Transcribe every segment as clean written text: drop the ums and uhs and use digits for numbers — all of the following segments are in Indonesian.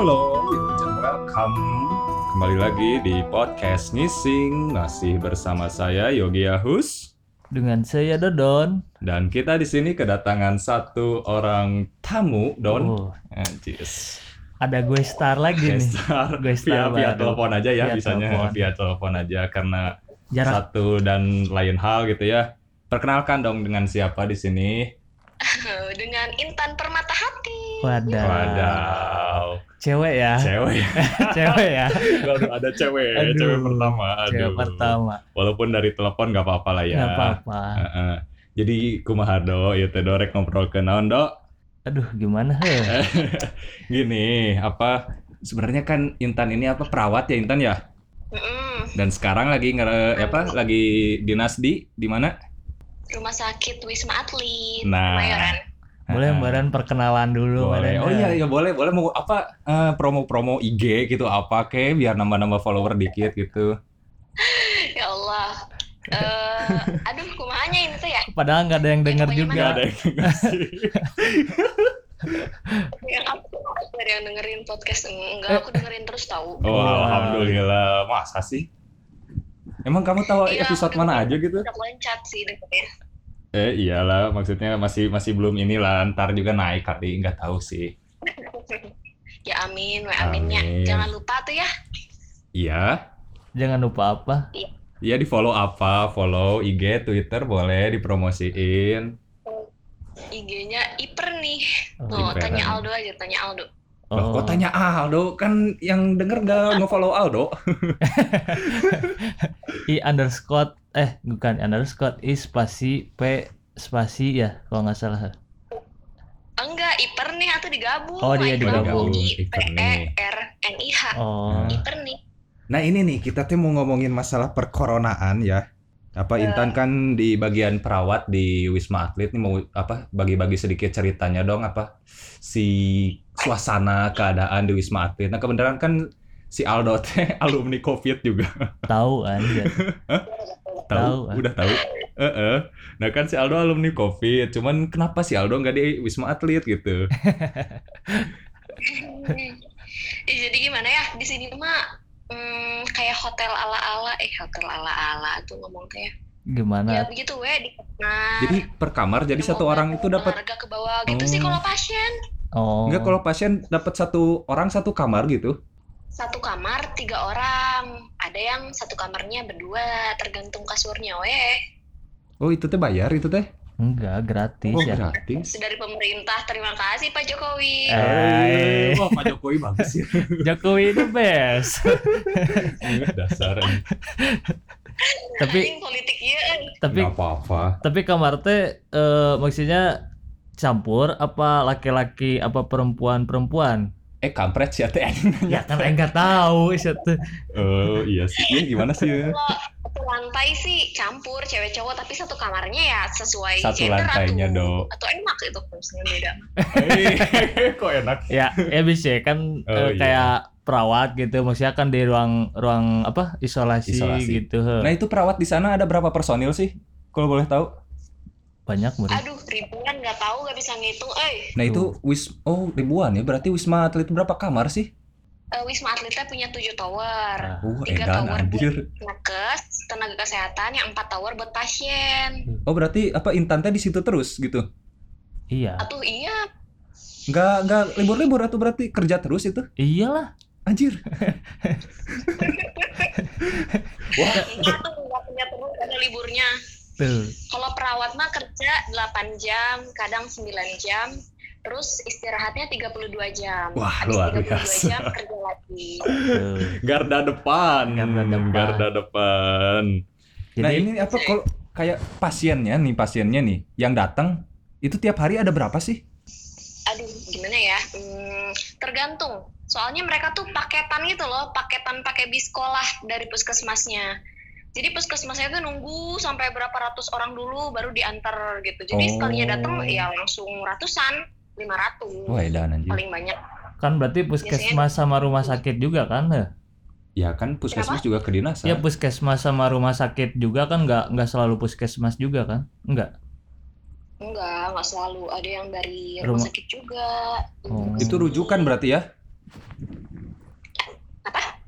Halo, and welcome kembali lagi di podcast Ngising. Masih bersama saya Yogi Yahus Dengan saya Dodon. dan kita di sini kedatangan satu orang tamu, Don. Oh, Anjis. ada gue star lagi nih. Star Gue star via baru. telepon aja ya, Via bisanya telepon. via telepon aja karena Jarak. satu dan lain hal gitu ya. Perkenalkan dong dengan siapa di sini? Dengan Intan Permatahati. Wadaw. Cewek ya. Cewek. Cewek ya. Waduh, ada cewek. Aduh, Cewek pertama. Aduh. Cewek pertama. Walaupun dari telepon gak apa-apa lah ya. Nggak apa-apa. Jadi kumaha do, ieu teh do rek ngobrol ke naon do. Aduh, gimana he? Gini, apa sebenarnya kan Intan ini apa perawat ya Intan ya? Dan sekarang lagi lagi dinas di mana? Rumah sakit Wisma Atlet. Nah. Kemayoran. Boleh Mbak perkenalan dulu. Boleh. Mbak Oh iya boleh mau apa promo-promo IG gitu apa ke biar nambah-nambah follower dikit gitu. Ya Allah. Aduh, kumahanya ini tuh ya. Padahal nggak ada yang denger pokoknya juga. Gak ada yang ngasih. Yang aku ada yang dengerin podcast enggak, aku dengerin terus tahu. Oh, alhamdulillah. Masa sih? Emang kamu tahu Iya, episode aku mana aja gitu? udah loncat sih dengernya. Iyalah, maksudnya masih belum inilah, ntar juga naik kali, nggak tahu sih. Ya amin, aminnya. Amin. Jangan lupa tuh ya. Iya, Jangan lupa apa? iya di follow follow IG, Twitter boleh dipromosiin. IG-nya Iper nih. Oh, Tuh, tanya Iperan. Aldo aja, tanya Aldo. Loh, kok tanya Aldo? Kan yang denger nggak nge-follow Aldo. Bukan underscore I spasi P spasi ya kalau nggak salah. Enggak, Iper nih atau digabung. Oh, dia digabung. Iper Iper nih. NIH. Oh. Iper nih. Nah ini nih, kita tuh mau ngomongin masalah perkoronaan ya. Apa Intan kan di bagian perawat di Wisma Atlet nih mau apa bagi-bagi sedikit ceritanya dong apa si suasana keadaan di Wisma Atlet. Nah kebenaran kan si Aldo teh alumni COVID juga. Tahu aja. Tahu. Udah tahu. Nah kan si Aldo alumni COVID. Cuman kenapa si Aldo nggak di Wisma Atlet gitu? Jadi gimana ya di sini mah kayak hotel ala-ala tuh ngomong teh. Gimana? Ya begitu di kamar. Jadi per kamar jadi satu orang itu dapat. Harga ke bawah gitu sih kalau pasien. Oh. Enggak kalau pasien dapat satu orang satu kamar gitu. Satu kamar 3 orang. Ada yang satu kamarnya berdua, tergantung kasurnya Oh itu teh bayar itu teh? Enggak, gratis Oh ya. gratis. Dari pemerintah. Terima kasih Pak Jokowi. Wah Pak Jokowi bagus ya. Jokowi the best. Dasar. Tapi Anjing politik ya. Nggak apa-apa. tapi kamar teh maksudnya campur apa laki-laki apa perempuan? Kampret sih teh. Ya kan enggak tahu itu. Oh iya sih. Iya gimana sih? Kalau satu lantai sih campur cewek cowok, tapi satu kamarnya ya sesuai Satu gender lantainya, Do. atau enak itu kalau misalnya beda. Kok enak? Ya bisa kan Oh, iya. kayak perawat gitu maksudnya kan di ruang apa isolasi gitu. Nah itu perawat di sana ada berapa personil sih? Kalau boleh tahu? Banyak murid. Aduh, ribuan nggak tahu, nggak bisa ngitung. Nah itu ribuan ya. Berarti Wisma Atlet itu berapa kamar sih? Wisma Atletnya punya 7 tower. 3 edan tower anjir. buat nakes, tenaga kesehatan, yang 4 tower buat pasien. Oh berarti apa Intan teh di situ terus gitu? Iya. Atuh iya. Nggak libur-libur atau berarti kerja terus itu? Iyalah. Anjir. Wah, nggak punya terus ada liburnya. Tuh. Kalau perawat mah kerja 8 jam, kadang 9 jam, terus istirahatnya 32 jam. Wah, Habis luar 32 biasa. jam kerja lagi. Tuh. Garda depan. Garda depan. Nah Jadi ini apa kalau kayak pasiennya nih yang datang itu tiap hari ada berapa sih? Aduh, gimana ya? Tergantung. Soalnya mereka tuh paketan gitu loh, paketan pakai bis sekolah dari puskesmasnya. Jadi puskesmasnya tuh nunggu sampai berapa ratus orang dulu baru diantar gitu. Jadi sekalinya datang ya langsung ratusan, 500. Wah edan anjir. Paling banyak. kan berarti puskesmas sama rumah sakit juga kan? Ya kan puskesmas juga kedinasan. Ya puskesmas sama rumah sakit juga kan nggak selalu puskesmas juga kan? Enggak. Enggak selalu. Ada yang dari rumah sakit juga. Oh. Itu rujukan berarti ya?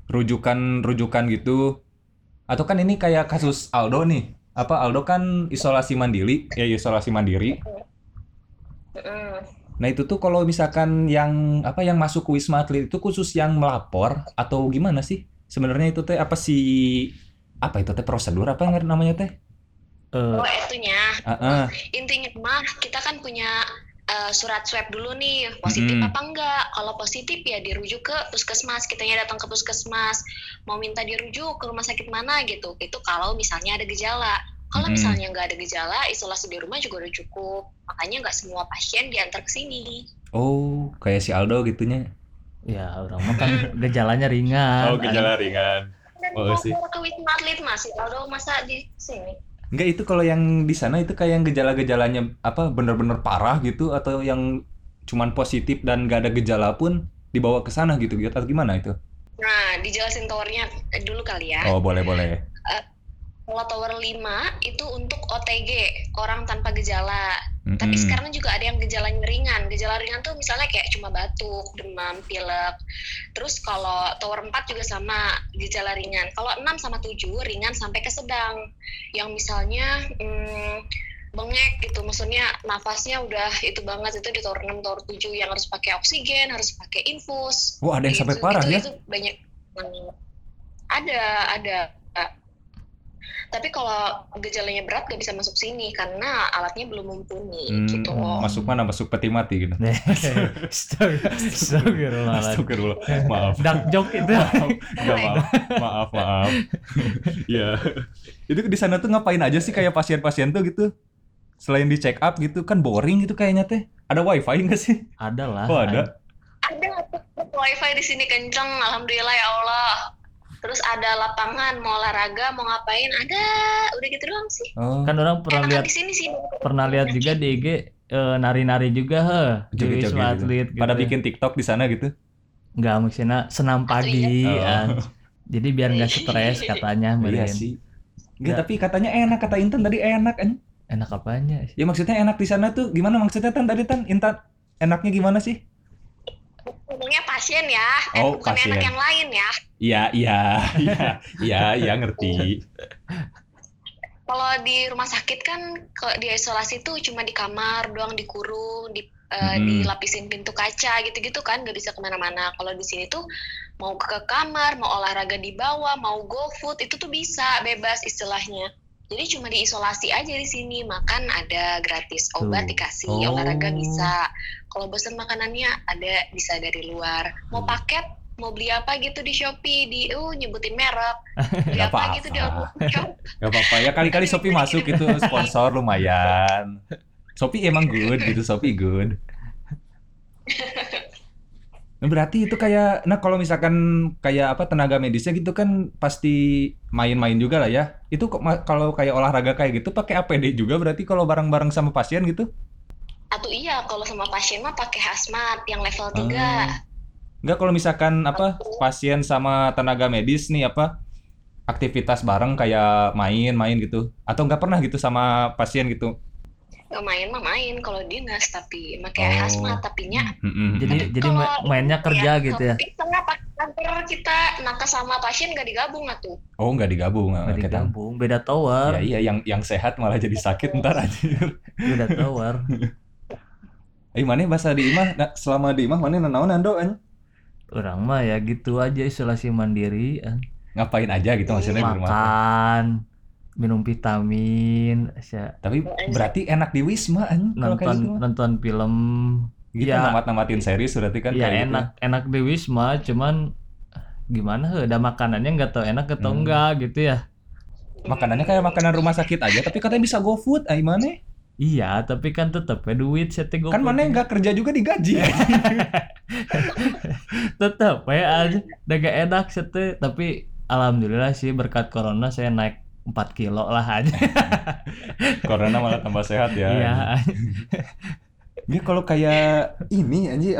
rujukan gitu. Atau kan ini kayak kasus Aldo nih. Apa Aldo kan isolasi mandiri. Mm-mm. Nah, itu tuh kalau misalkan yang yang masuk ke Wisma Atlet itu khusus yang melapor atau gimana sih? Sebenarnya itu teh apa itu teh prosedur apa yang namanya teh? Eh, Oh, itunya. Heeh. Intinya mah kita kan punya surat swab dulu nih, positif Mm-mm. apa enggak. Kalau positif ya dirujuk ke puskesmas, kitanya datang ke puskesmas. Mau minta dirujuk ke rumah sakit mana gitu. Itu kalau misalnya ada gejala. Kalau Mm-mm. misalnya nggak ada gejala, isolasi di rumah juga udah cukup. Makanya nggak semua pasien diantar ke sini. Oh, kayak si Aldo gitunya. ya orang mah kan gejalanya ringan. Oh, gejala ringan. Dan Oh mau sih. ke Wisma Atlet masih, kalau masa di sini. Enggak, itu kalau yang di sana itu kayak yang gejala-gejalanya bener-bener parah gitu atau yang cuman positif dan gak ada gejala pun dibawa ke sana gitu gitu atau gimana itu? Nah, dijelasin towernya dulu kali ya. Oh, boleh. Eh, Kalau tower 5 itu untuk OTG, orang tanpa gejala. Tapi Mm-mm. sekarang juga ada yang gejalanya ringan. Gejala ringan tuh misalnya kayak cuma batuk, demam, pilek. Terus kalau tower 4 juga sama, gejala ringan. Kalau 6 sama 7 ringan sampai ke sedang. Yang misalnya bengek gitu, maksudnya nafasnya udah itu banget, itu di tower 6, tower 7 yang harus pakai oksigen, harus pakai infus. Oh, ada yang sampai Gitu, parah ya? itu banyak. Ada. Tapi kalau gejalanya berat gak bisa masuk sini karena alatnya belum mumpuni gitu loh. Masuk mana? Masuk peti mati gitu. Astagfirullahaladzim. Astagfirullah. Maaf. Dark joke itu. Enggak, maaf. Iya. Itu di sana tuh ngapain aja sih kayak pasien-pasien tuh gitu? Selain di check up gitu kan boring gitu kayaknya teh. Ada wifi nggak sih? Ada lah. Oh, ada. Ada wifi di sini kenceng, alhamdulillah ya Allah. Terus ada lapangan, mau olahraga, mau ngapain, ada. Udah gitu doang sih. Oh, Kan orang Enakan di sini sih. pernah lihat juga di IG nari-nari juga di joget-joget Wisma gitu. Atlet gitu. Pada bikin TikTok di sana gitu. Nggak, maksudnya senam pagi. Oh. Jadi biar nggak stres katanya. Iya Meren. sih. Enggak, Nggak. tapi katanya enak, kata Intan tadi enak kan. Enak apanya? Ya maksudnya enak di sana tuh gimana maksudnya tadi Intan enaknya gimana sih? Ngomongnya pasien ya, Oh, bukan pasien. enak yang lain ya. Iya, ngerti. Kalau di rumah sakit kan, kalau di isolasi tuh cuma di kamar doang, dikurung, dilapisin pintu kaca gitu-gitu kan, nggak bisa kemana-mana. Kalau di sini tuh mau ke kamar, mau olahraga di bawah, mau go food itu tuh bisa bebas istilahnya. Jadi cuma diisolasi aja di sini, makan ada gratis, obat Tuh. dikasih, Oh. olahraga bisa. Kalau bosan makanannya ada bisa dari luar. Mau paket, mau beli apa gitu di Shopee, nyebutin merek, beli Nggak apa gitu di apa-apa. Shop. Gak apa-apa ya, kali-kali Shopee masuk itu sponsor lumayan. Shopee emang good gitu, Shopee good. Nah, berarti itu kalau misalkan kayak tenaga medisnya gitu kan pasti main-main juga lah ya. Itu kalau kayak olahraga kayak gitu pakai APD juga berarti kalau bareng-bareng sama pasien gitu? Atau iya, kalau sama pasien mah pakai hazmat yang level 3. Enggak, kalau misalkan pasien sama tenaga medis nih aktivitas bareng kayak main-main gitu. Atau nggak pernah gitu sama pasien gitu? Nggak main mah main kalau dinas, tapi pakai hazmat tapinya. Jadi Kalau mainnya kerja gitu ya. Tapi tengah kantor kita nakes sama pasien nggak digabung atuh. Oh, nggak digabung. Nggak Oke, digabung, beda tower. Iya, yang sehat malah jadi sakit ntar anjir. Beda tower. Maneh bahasa di imah, selama di imah maneh nanaon ando anjing? Orang mah ya gitu aja, isolasi mandiri. Ngapain aja gitu maksudnya di rumah teh. Makan, minum vitamin, Tapi berarti enak di Wisma anjing kalau kayak gitu mah. nonton film. Gitu Ya. namat-namatin series berarti kan Ya kayak gitu. enak di Wisma, cuman gimana ada makanannya nggak tahu enak atau enggak gitu ya. Makanannya kayak makanan rumah sakit aja, tapi katanya bisa GoFood, maneh. Iya, tapi kan tetep ya duit setting Kan maneh nggak kerja juga digaji. tetep ya aja udah gak enak sete, tapi alhamdulillah sih berkat corona saya naik 4 kilo lah aja. Corona malah tambah sehat ya. Iya. Ini kalau kayak ini anjing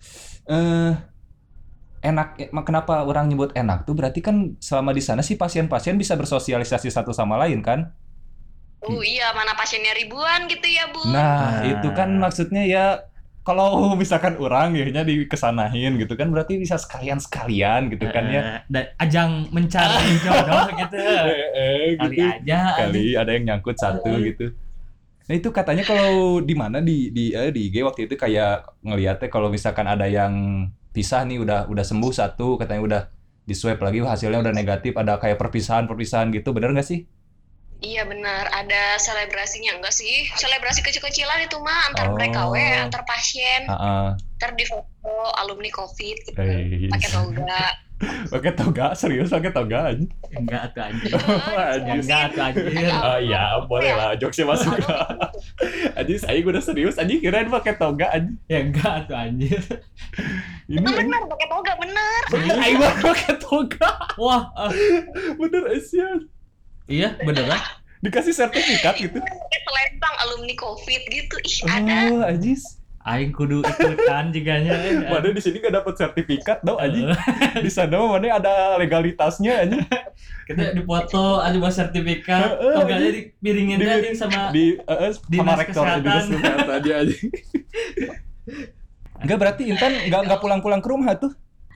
enak, kenapa orang nyebut enak tuh berarti kan selama di sana sih pasien-pasien bisa bersosialisasi satu sama lain kan? Iya, mana pasiennya ribuan gitu ya, Bu. Nah, itu kan maksudnya ya kalau misalkan orang ya nya dikesanahin gitu kan berarti bisa sekalian gitu kan ya. Ajang mencari jodoh gitu. Kali Gitu. aja Kali ada yang nyangkut satu gitu. Nah itu katanya kalau di mana di IG waktu itu kayak ngeliatnya kalau misalkan ada yang pisah nih udah sembuh satu katanya udah di swab lagi hasilnya udah negatif ada kayak perpisahan gitu bener nggak sih? Iya benar, ada selebrasinya enggak sih? Selebrasi kecil-kecilan itu mah antar mereka Oh. antar pasien, Heeh. ntar di foto alumni COVID gitu, Guys. pakai toga. Pakai toga serius pakai toga aja. enggak atuh anjir. Anjir. Enggak atuh anjir. Oh iya boleh lah jokesnya masuk. Anjir saya udah serius anjir kirain pakai toga aja. Ya enggak atuh anjir. Ini Bener pakai toga bener. aing mah pakai toga. Wah, Bener Asian. iya beneran. Dikasih sertifikat gitu. Pakai selempang alumni COVID gitu. Ih ada. Oh, Ajis. Aing kudu ikutan jiganya. Mana di sini gak dapat sertifikat tau Aji. Di sana mah mana ada legalitasnya Aji. Kita dipoto aja buat sertifikat, Heeh, toganya anjing. dipiringin Di- tadi sama sama Dinas rektor Kesehatan. dinas kesehatan aja Aji. Enggak berarti Intan enggak pulang-pulang ke rumah tuh.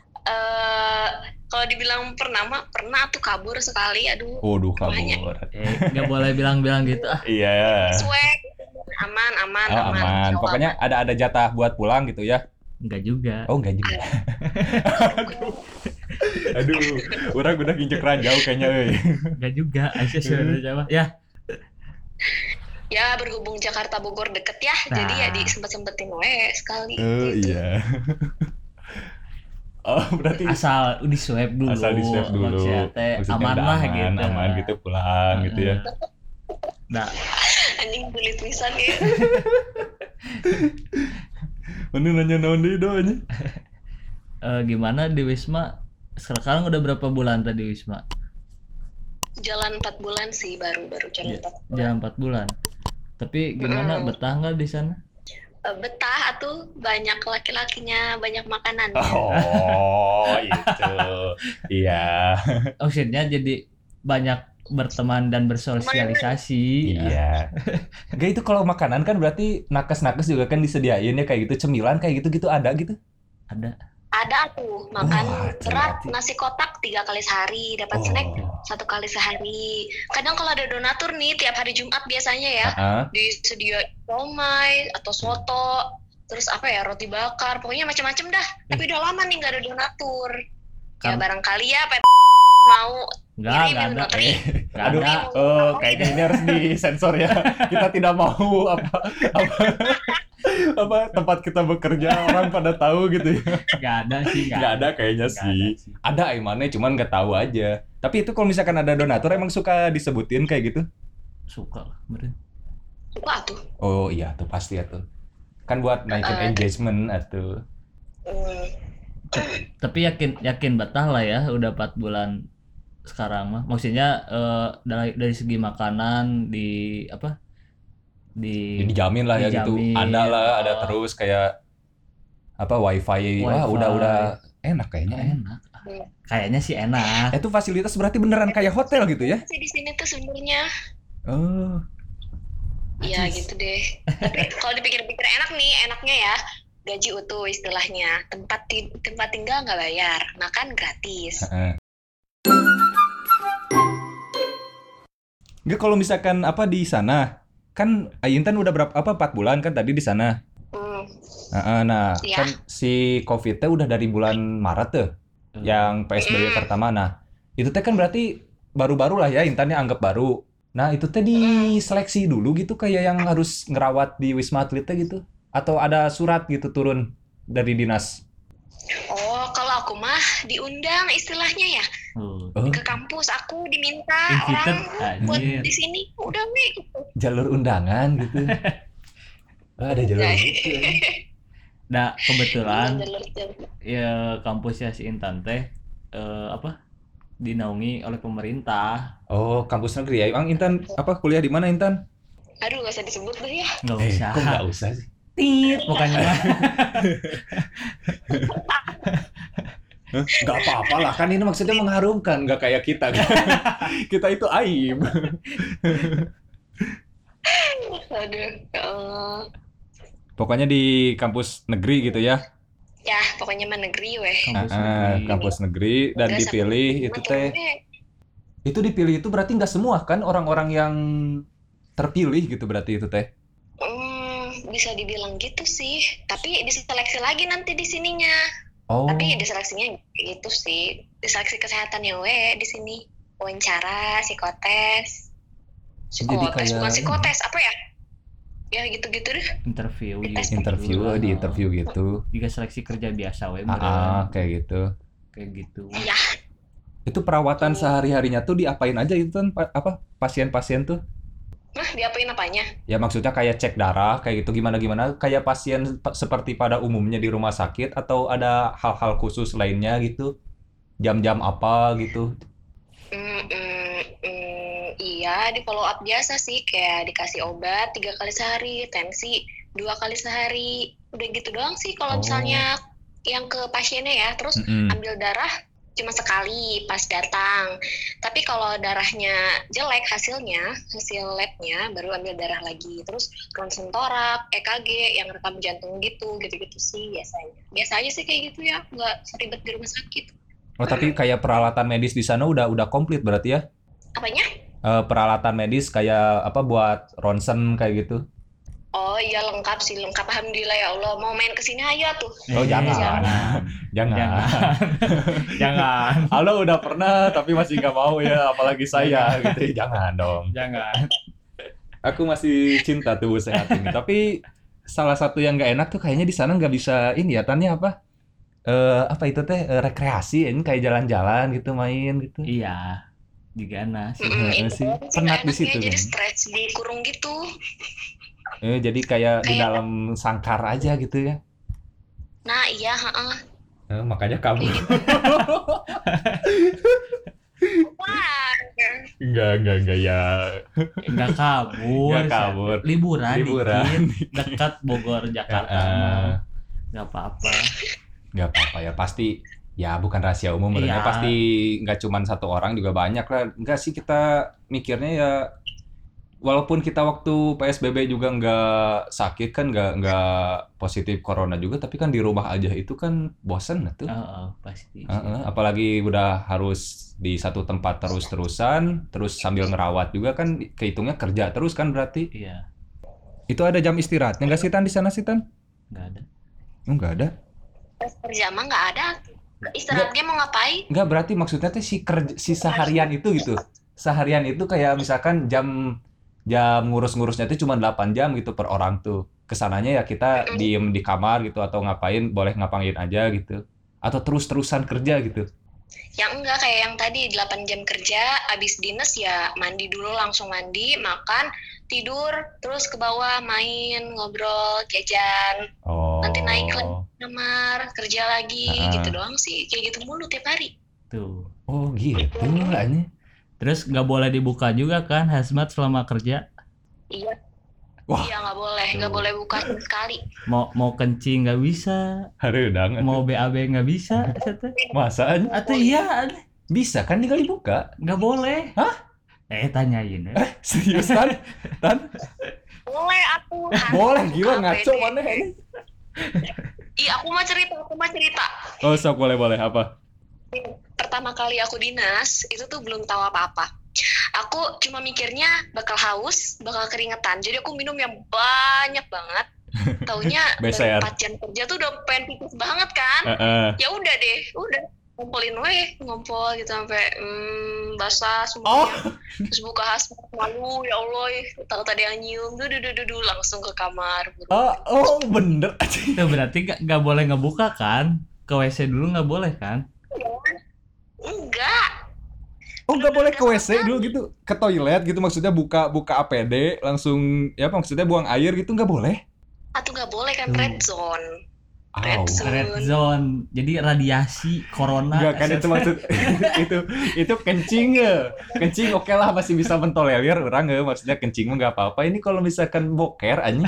Kalau dibilang pernah tuh kabur sekali, aduh. Waduh Banyak. kabur. nggak boleh bilang-bilang gitu ah. Iya. Swag, aman. Oh, aman. Insya Allah Pokoknya ada jatah buat pulang gitu ya. Enggak juga. Oh, enggak juga. Aduh, orang udah injek ranjau kayaknya euy. Enggak juga. Aisyah sudah jawab. Ya, Ya berhubung Jakarta Bogor deket ya, Nah. jadi ya disempet-sempetin we sekali. Oh, gitu. iya. Oh, berarti asal di swab dulu. asal di swab dulu. Maksudnya teh Maksudnya aman udah lah aman, gitu. aman gitu pulang gitu ya. Nah, Anjing sulit pisan ya. Mana nanya naon deui do anjing? gimana di Wisma? Sekarang udah berapa bulan tadi Wisma? Jalan 4 bulan sih baru jalan 4 bulan. Jalan 4 bulan. Tapi gimana betah nggak di sana? Betah atuh, banyak laki-lakinya, banyak makanan. Oh, itu. Iya. Maksudnya jadi banyak berteman dan bersosialisasi. Iya. Enggak itu kalau makanan kan berarti nakes-nakes juga kan disediain ya kayak gitu cemilan kayak gitu ada gitu. Ada. Ada tuh makan Wah, berat berarti. nasi kotak 3 kali sehari, dapat Oh. snack 1 kali sehari. Kadang kalau ada donatur nih tiap hari Jumat biasanya ya Heeh. disediain somai atau soto, terus apa ya roti bakar, pokoknya macam-macam dah. Tapi udah lama nih nggak ada donatur. Ya Kan- barangkali ya mau Enggak kirimin ada. noteri. Enggak Aduh, ada. oh kayaknya ini harus disensor ya. Kita tidak mau apa tempat kita bekerja orang pada tahu gitu ya. Enggak ada sih, Nggak ada kayaknya Nggak sih. ada sih. Ada Aimannya cuman nggak tahu aja. Tapi itu kalau misalkan ada donatur emang suka disebutin kayak gitu. Suka lah, meren. Suka tuh. Oh iya tuh pasti ya tuh. Kan buat naikin engagement atuh. Hmm. Tapi yakin betah lah ya udah 4 bulan sekarang mah. Maksudnya dari segi makanan di apa? Ya, dijamin lah ya gitu. Dijamin. Ada lah, ada terus kayak apa wifi. Wah, Wifi. udah enak kayaknya. Enak. Kayaknya sih enak. Itu fasilitas berarti beneran kayak hotel gitu ya? Sih di sini tuh sebenarnya. Oh. Iya Ajis. gitu deh. Tapi kalau dipikir-pikir enaknya ya gaji utuh istilahnya. Tempat tinggal nggak bayar, makan gratis. Heeh. Nggak kalau misalkan apa di sana kan Ayintan udah berapa 4 bulan kan tadi di sana. Hmm. Nah, Iya. kan si COVID teh udah dari bulan Maret tuh yang PSBB pertama. Nah, itu teh kan berarti baru-baru lah ya Intannya anggap baru. Nah, itu teh diseleksi dulu gitu kayak yang harus ngerawat di Wisma Atlet teh gitu atau ada surat gitu turun dari dinas. Oh, kalau aku mah diundang istilahnya ya Oh, Oh, ke kampus. Aku diminta Invited, orang buat anjir. di sini. Udah nih gitu. jalur undangan gitu. Oh, ada jalur gitu ya. Nah, kebetulan Jalur-jalur. ya kampusnya si Intan teh apa? Dinaungi oleh pemerintah. Oh, kampus negeri ya. Emang Intan apa kuliah di mana Intan? Aduh, gak usah disebut tuh ya. Nggak usah. Kok nggak usah sih? Tit, pokoknya mah. Nggak apa-apa lah, kan ini maksudnya mengharumkan, nggak kayak kita. Kita itu aib. Aduh, ya Allah. Pokoknya di kampus negeri gitu ya. Ya, pokoknya mah negeri weh. Kampus Ah, negeri. kampus negeri dan Udah sampai dipilih itu makin teh. gede. Itu dipilih itu berarti nggak semua kan orang-orang yang terpilih gitu berarti itu teh. Bisa dibilang gitu sih. Tapi diseleksi lagi nanti di sininya. Oh. Tapi diseleksinya gitu sih. Diseleksi kesehatannya weh di sini. Wawancara, psikotes. Jadi Psikotes, kayak bukan ini. psikotes, apa ya? Ya gitu-gitu deh. Interview interview lah. di interview gitu. Juga seleksi kerja biasa we Kayak gitu. kayak gitu. Iya. Itu perawatan sehari-harinya tuh diapain aja itu kan apa pasien-pasien tuh? Nah, diapain apanya? Ya maksudnya kayak cek darah kayak gitu gimana kayak pasien seperti pada umumnya di rumah sakit atau ada hal-hal khusus lainnya gitu? Jam-jam apa gitu? Iya, di follow up biasa sih, kayak dikasih obat 3 kali sehari, tensi 2 kali sehari, udah gitu doang sih kalau Oh. misalnya yang ke pasiennya ya. Terus ambil darah cuma sekali pas datang. Tapi kalau darahnya jelek hasilnya, hasil labnya baru ambil darah lagi. Terus ronsen torak, EKG, yang rekam jantung gitu-gitu sih biasanya. Biasa aja sih kayak gitu ya, nggak seribet di rumah sakit. Oh tapi kayak peralatan medis di sana udah komplit berarti ya? Apanya? Peralatan medis kayak apa buat ronsen kayak gitu? Oh iya lengkap sih, lengkap. Alhamdulillah ya Allah. Mau main kesini aja tuh. Oh jangan. Jangan. Jangan. Halo udah pernah tapi masih nggak mau ya apalagi saya gitu. Jangan dong. Jangan. Aku masih cinta tubuh sehat ini. Tapi salah satu yang nggak enak tuh kayaknya di sana nggak bisa ini ya tanya apa? Apa itu teh rekreasi ini kayak jalan-jalan gitu main gitu. Iya. Diganas. Itu sih. doang sih Penat nggak di situ enaknya, jadi kan. stres dikurung gitu. Jadi kayak di Kayak- dalam sangkar aja gitu ya. Nah iya, Makanya kamu Wah, enggak ya. Enggak kabur. Nggak kabur. Liburan. Liburan. Dikit. Dekat Bogor, Jakarta. Enggak apa-apa. Nggak apa-apa ya pasti ya bukan rahasia umum Iya. pasti nggak cuma satu orang juga banyak lah nggak sih kita mikirnya ya walaupun kita waktu PSBB juga nggak sakit kan nggak positif corona juga tapi kan di rumah aja itu kan bosen tuh. Pasti. Apalagi udah harus di satu tempat terus-terusan terus sambil ngerawat juga kan kehitungnya kerja terus kan berarti Iya. itu ada jam istirahatnya nggak sih Tan di sana sih Tan? Enggak ada. Nggak ada. pas kerja mah nggak ada. Istirahatnya mau ngapain? Nggak berarti maksudnya tuh si seharian itu gitu. Seharian itu kayak misalkan jam ngurus-ngurusnya tuh cuma 8 jam gitu per orang tuh. Kesananya ya kita diem di kamar gitu atau ngapain boleh ngapain aja gitu. Atau terus-terusan kerja gitu. Yang enggak kayak yang tadi 8 jam kerja, abis dinas ya mandi dulu, langsung mandi, makan, tidur, terus ke bawah main, ngobrol, jajan, Oh. nanti naik lagi kamar, kerja lagi, gitu doang sih. Kayak gitu mulu tiap hari. Tuh. Oh gitu ini. Terus nggak boleh dibuka juga kan hazmat selama kerja. Iya. Wah. Iya nggak boleh buka sama sekali. Mau kencing nggak bisa, Harudang. mau BAB nggak bisa, Masa aja? atau iya Bisa kan tinggal dibuka. nggak boleh. Hah? Tanyain. Serius Tan? Tan? Boleh aku. Boleh gila APD. ngaco mana ini. Iya aku mah cerita. Oh sok boleh apa? Pertama kali aku dinas itu tuh belum tahu apa-apa. Aku cuma mikirnya bakal haus, bakal keringetan. Jadi aku minum yang banyak banget. Taunya Beser. 4 jam kerja tuh udah pengen pipis banget kan. Ya udah deh, ngumpulin ngumpul gitu sampai basah semuanya. Terus buka hazmat malu, ya Allah, takut ada yang nyium. Duh, langsung ke kamar. Oh bener. Itu berarti nggak boleh ngebuka kan? Ke WC dulu nggak boleh kan? Enggak. Oh nggak boleh ke WC dulu gitu, ke toilet gitu maksudnya buka APD langsung ya apa maksudnya buang air gitu nggak boleh? Atau nggak boleh kan red zone. Aw. Red zone. Jadi radiasi corona. Enggak kan itu maksud itu kencing ya. Kencing oke lah masih bisa mentolerir orang ya maksudnya kencing mah nggak apa-apa. Ini kalau misalkan boker anjing.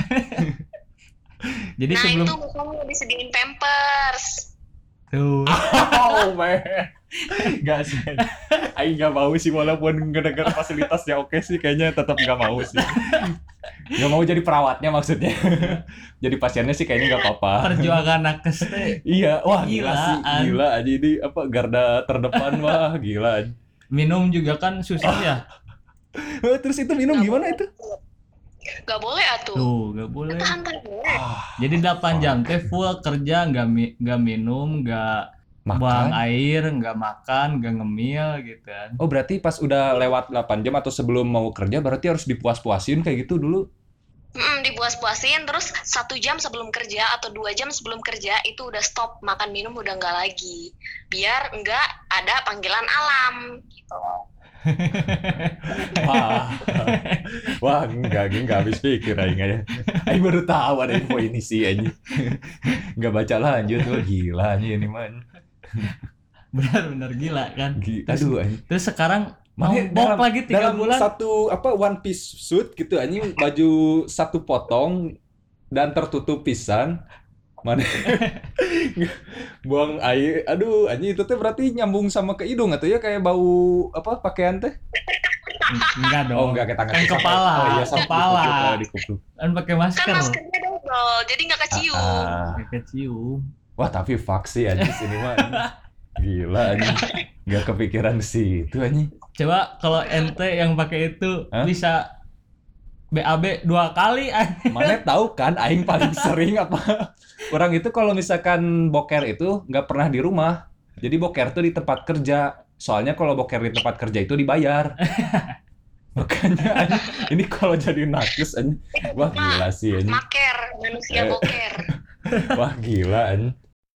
Jadi Nah sebelum itu kamu disediain pampers. tuh. Oh man. Enggak sih. Aing nggak mau sih walaupun ngedenger fasilitasnya oke sih kayaknya tetap nggak mau sih. Nggak mau jadi perawatnya maksudnya. Jadi pasiennya sih kayaknya nggak apa-apa. Perjuangan nakes teh Iya, wah gila sih, Gilaan. gila aja ini apa garda terdepan wah gila. minum juga kan susah ya. Terus itu minum gimana itu? Gak boleh atuh. Tuh, nggak boleh. Tahan. Jadi 8 jam teh full kerja, nggak minum, nggak buang Makan. air, nggak makan, nggak ngemil gitu kan. Oh berarti pas udah lewat 8 jam atau sebelum mau kerja berarti harus dipuas-puasin kayak gitu dulu. Dipuas-puasin, terus 1 jam sebelum kerja atau 2 jam sebelum kerja itu udah stop makan minum, udah nggak lagi, biar nggak ada panggilan alam gitu. Wah, wah enggak habis pikir aing aja. Aing baru tahu ada info ini sih aja. Enggak baca lanjut, wah gila aja ini mah. Benar-benar gila kan. Aduh anjing. Terus sekarang mau Makanya bok lagi 3 dalam bulan. satu apa one piece suit gitu anjing baju satu potong dan tertutup pisan. Mana buang air. Aduh, anjing itu teh berarti nyambung sama ke hidung atau ya kayak bau apa pakaian teh? Enggak dong. Oh, enggak kayak tangan Kan sampai- kepala, Oh iya, sampai kepala. dikupluk. Kan pakai Kan masker. maskernya double, jadi nggak kecium. Nggak kecium. Wah, tapi faksi anjing sini mah. Anjing. Gila anjing. Enggak kepikiran sih itu anjing. Coba kalau ente yang pakai itu Hah? bisa BAB 2 kali anjing. Mana tahu kan aing paling sering apa? Orang itu kalau misalkan boker itu nggak pernah di rumah. Jadi boker tuh di tempat kerja. Soalnya kalau boker di tempat kerja itu dibayar. Makanya anjing, ini kalau jadi nakes anjing. Wah gila sih anjing. Maker, manusia boker. Wah gila anjing.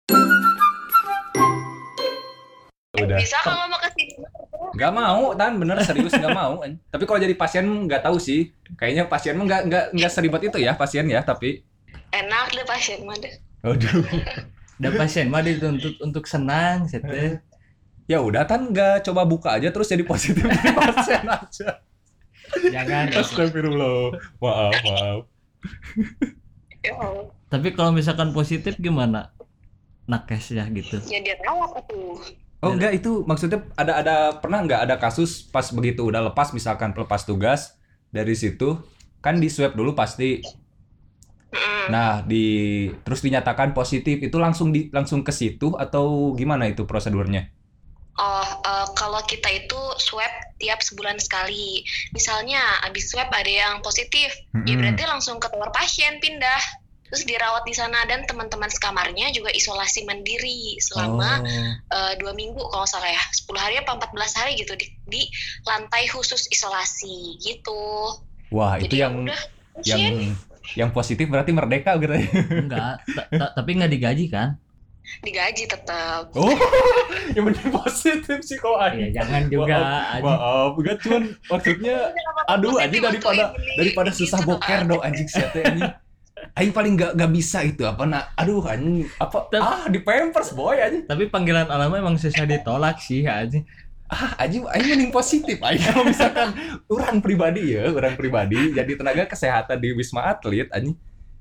Udah. Bisa kalau mau kesini. Nggak mau, Tan, bener serius nggak mau. anjing. Tapi kalau jadi pasien nggak tahu sih. Kayaknya pasien mah nggak seribet itu ya pasien ya. Tapi, Enak deh pasien mah deh. aduh. Dan pasien mah dituntut untuk senang, sete. Ya udah Tan, nggak coba buka aja terus jadi positif di pasien aja. Jangan. Astagfirullah. Maaf. Ya Allah. Tapi kalau misalkan positif gimana? Nakes ya gitu. Ya dia rawat tuh. Oh enggak, itu maksudnya ada pernah nggak ada kasus pas begitu udah lepas misalkan lepas tugas dari situ kan di swab dulu pasti. Nah, terus dinyatakan positif itu langsung ke situ atau gimana itu prosedurnya? Kalau kita itu swab tiap sebulan sekali. Misalnya abis swab ada yang positif, ya berarti langsung ke tower pasien pindah. Terus dirawat di sana dan teman-teman sekamarnya juga isolasi mandiri selama 2 minggu kalau nggak salah ya, 10 hari apa 14 hari gitu di lantai khusus isolasi gitu. Wah, Jadi itu ya yang udah, yang positif berarti merdeka gitu ya. Enggak, tapi nggak digaji kan? digaji tetap. Oh, yang benar positif sih kalau Ya jangan juga anjing. Maaf, enggak cuman maksudnya aduh anjing daripada susah boker dong anjing siate anjing. Aing paling gak bisa itu apa aduh anjing apa di pampers boy anjing. Tapi panggilan alamnya emang susah ditolak sih anjing. Anjing aing mending positif aing kalau misalkan orang pribadi jadi tenaga kesehatan di Wisma Atlet anjing.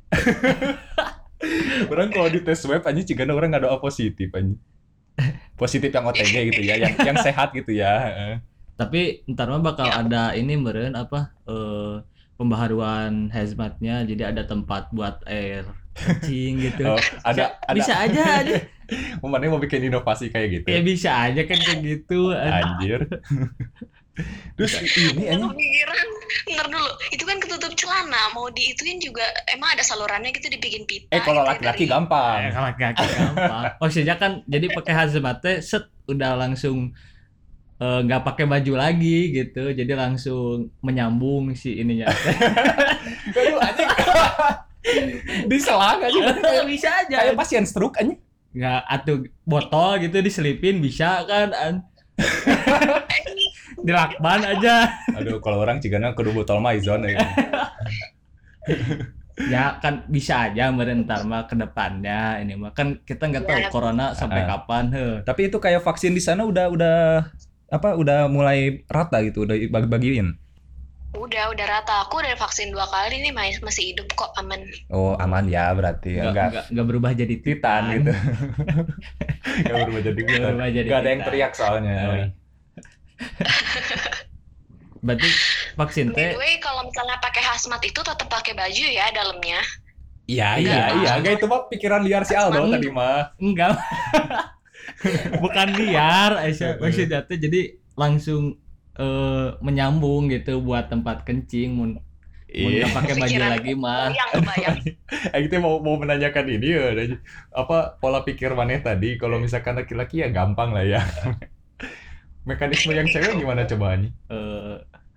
Orang kalau di tes swab anjing cigana orang ada positif anjing. Positif yang OTG gitu ya, yang sehat gitu ya. Tapi ntar mah bakal ada ini meureun apa pembaharuan hazmatnya, jadi ada tempat buat air kencing gitu. Oh, ada Bisa aja aja. Mana mau bikin inovasi kayak gitu. Ya bisa aja kan kayak gitu. Anjir. Terus ini anjing. Kepikiran, ntar dulu, itu kan ketutup celana, mau diituin juga emang ada salurannya gitu dibikin pita. Kalau gitu laki-laki dari- gampang. Kalau kaki gampang. Maksudnya kan jadi pakai hazmat teh set udah langsung nggak pakai baju lagi gitu, jadi langsung menyambung si ininya. Aduh anjing. Diselang anjing. Bisa aja. Kayak pasien stroke anjing. Nggak atuh botol gitu diselipin bisa kan dilakban aja. Aduh kalau orang cigana kudu botol maizon ya. Ya kan bisa aja merentar mah ke depannya ini mah kan kita nggak tahu Ya. corona sampai kapan Tapi itu kayak vaksin di sana udah mulai rata gitu, udah bagi-bagiin. Udah rata. Aku udah vaksin 2 kali nih, masih hidup kok, aman. Oh, aman ya berarti. nggak berubah jadi Titan gitu. Enggak berubah jadi Nggak berubah jadi Enggak ada yang titan. teriak soalnya. Berarti vaksin By teh the way, kalau misalnya pakai hazmat itu tetap pakai baju ya dalamnya. Iya. Enggak itu mah pikiran liar si Aldo tadi mah. enggak bukan liar Aisyah maksudnya teh jadi langsung menyambung gitu buat tempat kencing mun Iya. nggak pakai baju Pikiran lagi mah. kebayang. Kita mau menanyakan ini ya, apa pola pikir maneh tadi kalau misalkan laki-laki ya gampang lah ya. Mekanisme yang cewek gimana cobanya? Eh,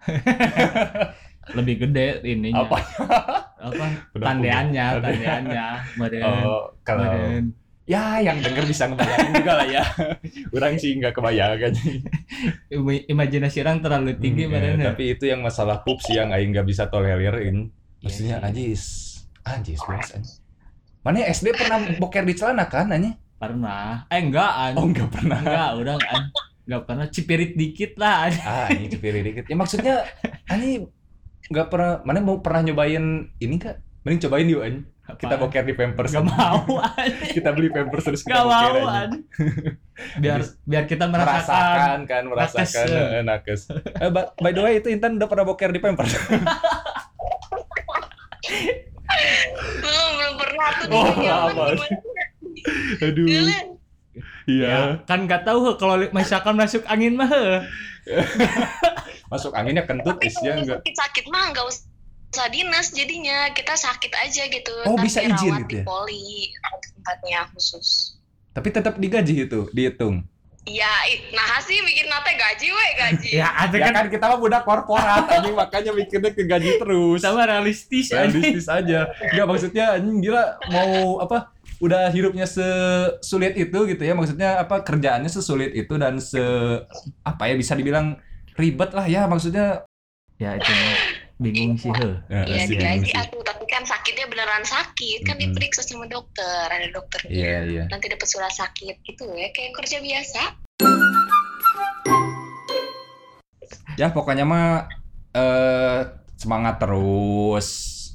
lebih gede ininya. Apa? Udah Tandeannya, punya. meren. Oh, kalau Meren. ya yang denger bisa ngebayangin juga lah ya. Orang sih nggak kebayang kan. Imajinasi orang terlalu tinggi meren. Tapi itu yang masalah pups yang aing nggak bisa tolerir. Maksudnya Iya anjis bos. Mana SD pernah boker di celana kan nanya? Pernah. Enggak an. Oh nggak pernah. Enggak, udah enggak pernah cipirit dikit lah. Ini cepiri dikit. Ya maksudnya ani nggak pernah. Mana mau pernah nyobain ini kak? Mending cobain yuk an. Kita boker di Pampers. Enggak mau an. Kita beli Pampers terus kita Enggak boker mau aja. an. Biar kita Merasakan nakes. nakes. By the way itu Intan udah pernah boker di Pampers. Belum pernah tuh. Oh, nyaman apa? gimana? Aduh. Gila. Iya. Ya, kan nggak tahu heuh, kalau misalkan masuk angin mah heuh. Masuk anginnya kentut Tapi isnya kalau enggak. sakit mah nggak usah dinas jadinya, kita sakit aja gitu. Oh, Ntar bisa dirawat izin di gitu ya? poli atau tempatnya khusus. Tapi tetap digaji itu, dihitung. Iya, nah sih bikin nate gaji gaji. Ya, ada Ya kan kan kita mah budak korporat anjing makanya mikirnya ke gaji terus. sama realistis aja. Realistis aja. Enggak maksudnya anjing gila mau apa udah hidupnya sesulit itu gitu ya. Maksudnya apa kerjaannya sesulit itu dan apa ya bisa dibilang ribet lah ya maksudnya. Ya itu mah bingung sih heuh. Iya sih, digaji sih. aku, tapi kan sakitnya beneran sakit, kan Mm-mm. diperiksa sama dokter, ada dokternya. Iya. Nanti dapat surat sakit gitu ya, kayak kerja biasa. Ya pokoknya mah semangat terus.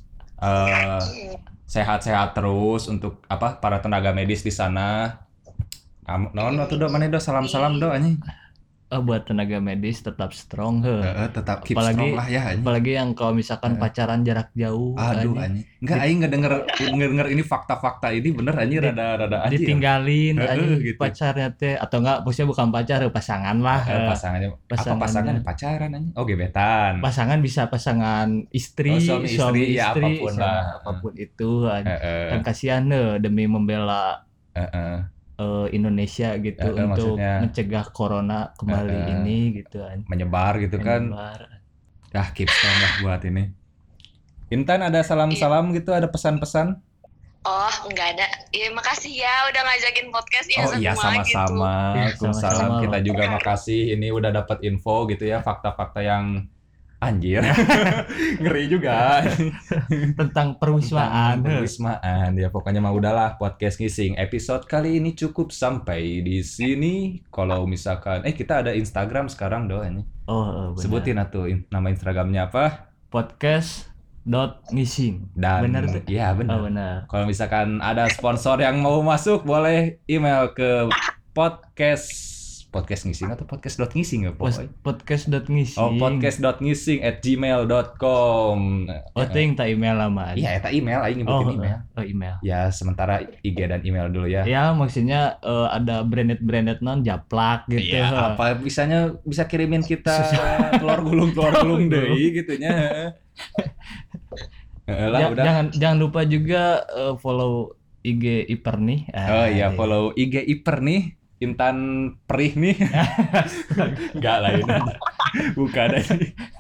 Sehat-sehat terus untuk apa para tenaga medis di sana. Kamu naon atuh do maneh do salam-salam do anjing. Buat tenaga medis tetap strong heuh. Tetap keep Apalagi- strong lah ya anjing. Apalagi yang kalau misalkan pacaran jarak jauh Aduh anjing. Enggak aing ngedenger ini fakta-fakta ini bener anjing rada anjing. ditinggalin anjing gitu. pacarnya teh atau enggak maksudnya bukan pacar pasangan lah. Pasangannya apa Pasangannya. pasangan pacaran anjing. Oh gebetan. Pasangan bisa pasangan istri, Oh, suami istri, ya, apapun sama lah. apapun itu anjing. Heeh. Kan kasihan demi membela Indonesia gitu untuk maksudnya. mencegah corona kembali ini gitu kan. Menyebar gitu kan. Menyebar. Keep strong lah buat ini. Intan ada salam-salam gitu, ada pesan-pesan? Oh, enggak ada. Ya makasih ya udah ngajakin podcast ya Oh iya sama gitu. sama-sama. Waalaikumsalam. Sama-sama. Kita juga makasih ini udah dapat info gitu ya, fakta-fakta yang anjir. Ngeri juga. Tentang perwismaan. Perwismaan ya pokoknya mah udahlah podcast ngising. Episode kali ini cukup sampai di sini. Kalau misalkan kita ada Instagram sekarang doanya. Oh, benar. Sebutin atuh nama Instagramnya apa? Podcast.ngising. Dan Benar tuh? iya benar. Oh, benar. Kalau misalkan ada sponsor yang mau masuk boleh email ke podcast ngising atau podcast.ngising ya pokoknya. Podcast.ngising. Oh podcast.ngising@gmail.com. Oh, ting tak email lama. Iya, eta email aing nyebutin email. Oh, email. Ya, sementara IG dan email dulu ya. Ya, maksudnya ada branded non japlak gitu. Iya, apa bisa kirimin kita telur gulung deui gitunya. Lah udah. Jangan lupa juga follow IG Iper nih. Oh iya, follow IG Iper nih. Intan Perih nih. Enggak lah ini. Bukan aja.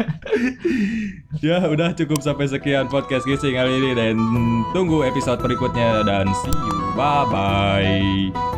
Ya udah cukup sampai sekian podcast Ngising kali ini dan tunggu episode berikutnya dan see you. Bye bye.